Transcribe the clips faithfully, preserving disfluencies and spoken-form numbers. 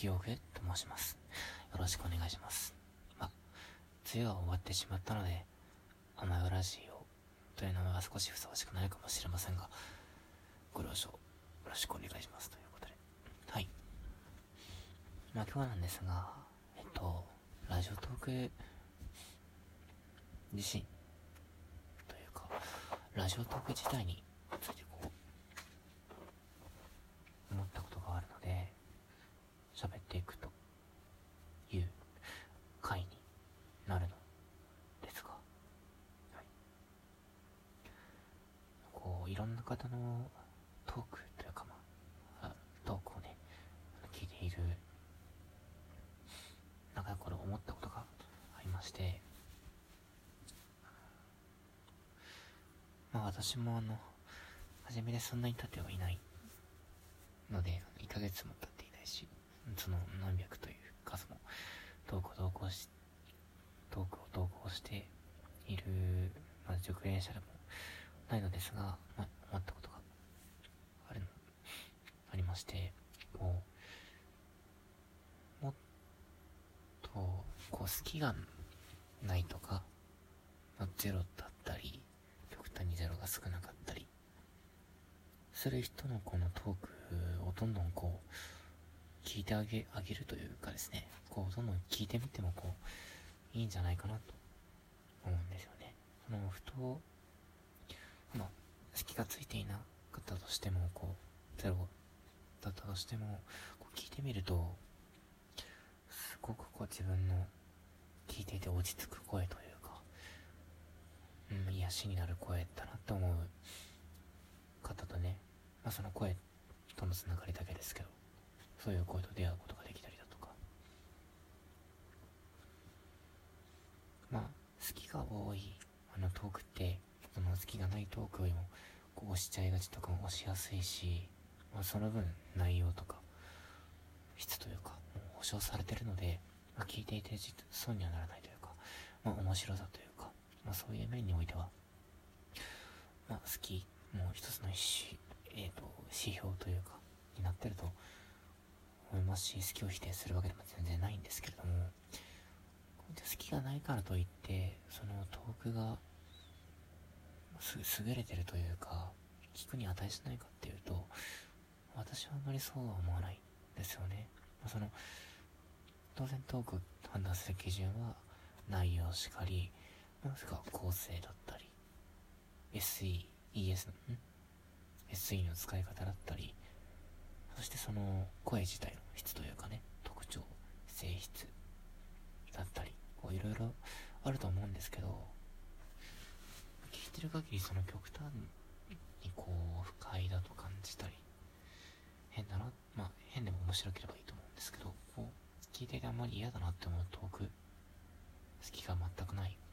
キヨグと申します。よろしくお願いします。まあ、梅雨は終わってしまったので、甘よラジオという名前は少しふさわしくないかもしれませんが、ご了承よろしくお願いしますということで。はい。まあ今日なんですが、えっと、ラジオトーク自身というか、ラジオトーク自体についてこう、思ったことがあるので、喋っていくという回になるのですが、はい、こういろんな方のトークというか、まあ、トークをね聞いている中でこれ思ったことがありまして、まあ私もあの初めでそんなに経ってはいないので、いっかげつも経っていないし、その何百という数もトークを投稿しトークを投稿している、まあ、熟練者でもないのですが、まあ、思ったことがあるのありまして、こうもっとこう好きがないとか、まあ、ゼロだったり極端にゼロが少なかったりする人のこのトークをどんどんこう聞いてあげあげるというかですね、こうどんどん聞いてみてもこういいんじゃないかなと思うんですよね。そのふと、まあ、好きがついていなかったとしても、こうゼロだったとしてもこう聞いてみると、すごくこう自分の聞いていて落ち着く声というか、うん、癒しになる声だなって思う方とね、まあ、その声とのつながりだけですけど、そういう声と出会うことができたりだとか、まあ好きが多いあのトークって、その好きがないトークよりもこう押しちゃいがちとかも押しやすいし、まあ、その分内容とか質というかもう保証されてるので、まあ、聞いていて損にはならないというか、まあ、面白さというか、まあ、そういう面においては、まあ、好きもう一つの一種、えーと、指標というかになってると思いますし、好きを否定するわけでも全然ないんですけれども、好きがないからといってそのトークがす優れてるというか聞くに値しないかっていうと、私はあまりそうは思わないんですよね。まあ、その当然トーク判断する基準は内容しかり、もしくは構成だったり エスイー、イーエス のん エスイー の使い方だったり、そしてその声自体の質というかね、特徴、性質だったり、こういろいろあると思うんですけど、聞いてる限りその極端にこう不快だと感じたり、変だな、まあ変でも面白ければいいと思うんですけど、こう聞いていてあんまり嫌だなって思うトーク、好きが全くない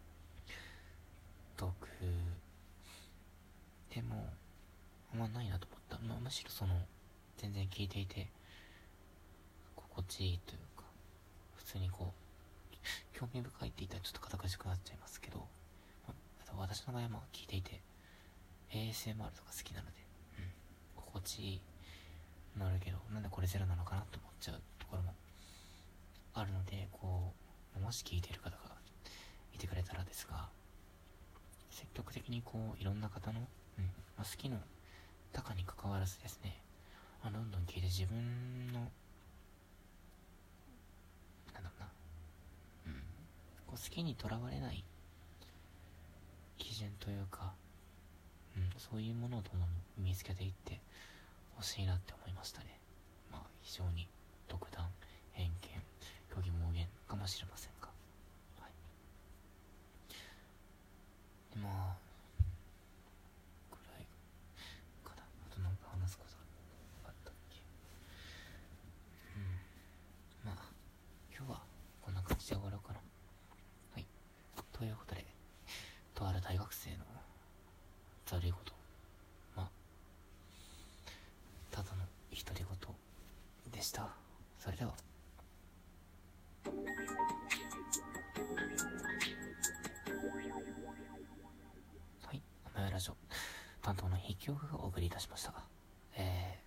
トークでもあんまないなと思った。まあ、むしろその全然聞いていて心地いいというか、普通にこう興味深いって言ったらちょっと堅苦しくなっちゃいますけど、まあ、私の場合はまあ聞いていて エーエスエムアール とか好きなので、うん、心地いいなるけど、なんでこれゼロなのかなと思っちゃうところもあるので、こうもし聞いている方がいてくれたらですが、積極的にこういろんな方の、うんまあ、好きの高に関わらずですね、あどんどん聞いて自分のなんだろうな、うん、こう好きにとらわれない基準というか、うん、そういうものをどんどん見つけていってほしいなって思いましたね。まあ非常に独断、偏見、虚偽妄言かもしれませんが、はい、でまあくらいかな。あとなんか話すことあったっけ。うん、まあ今日はこんな感じで終わろうかな。はい、ということで、とある大学生のざるいこと、まあただの独り言でした。それでは。はい、甘やラジオ担当の筆記用具がお送りいたしました。え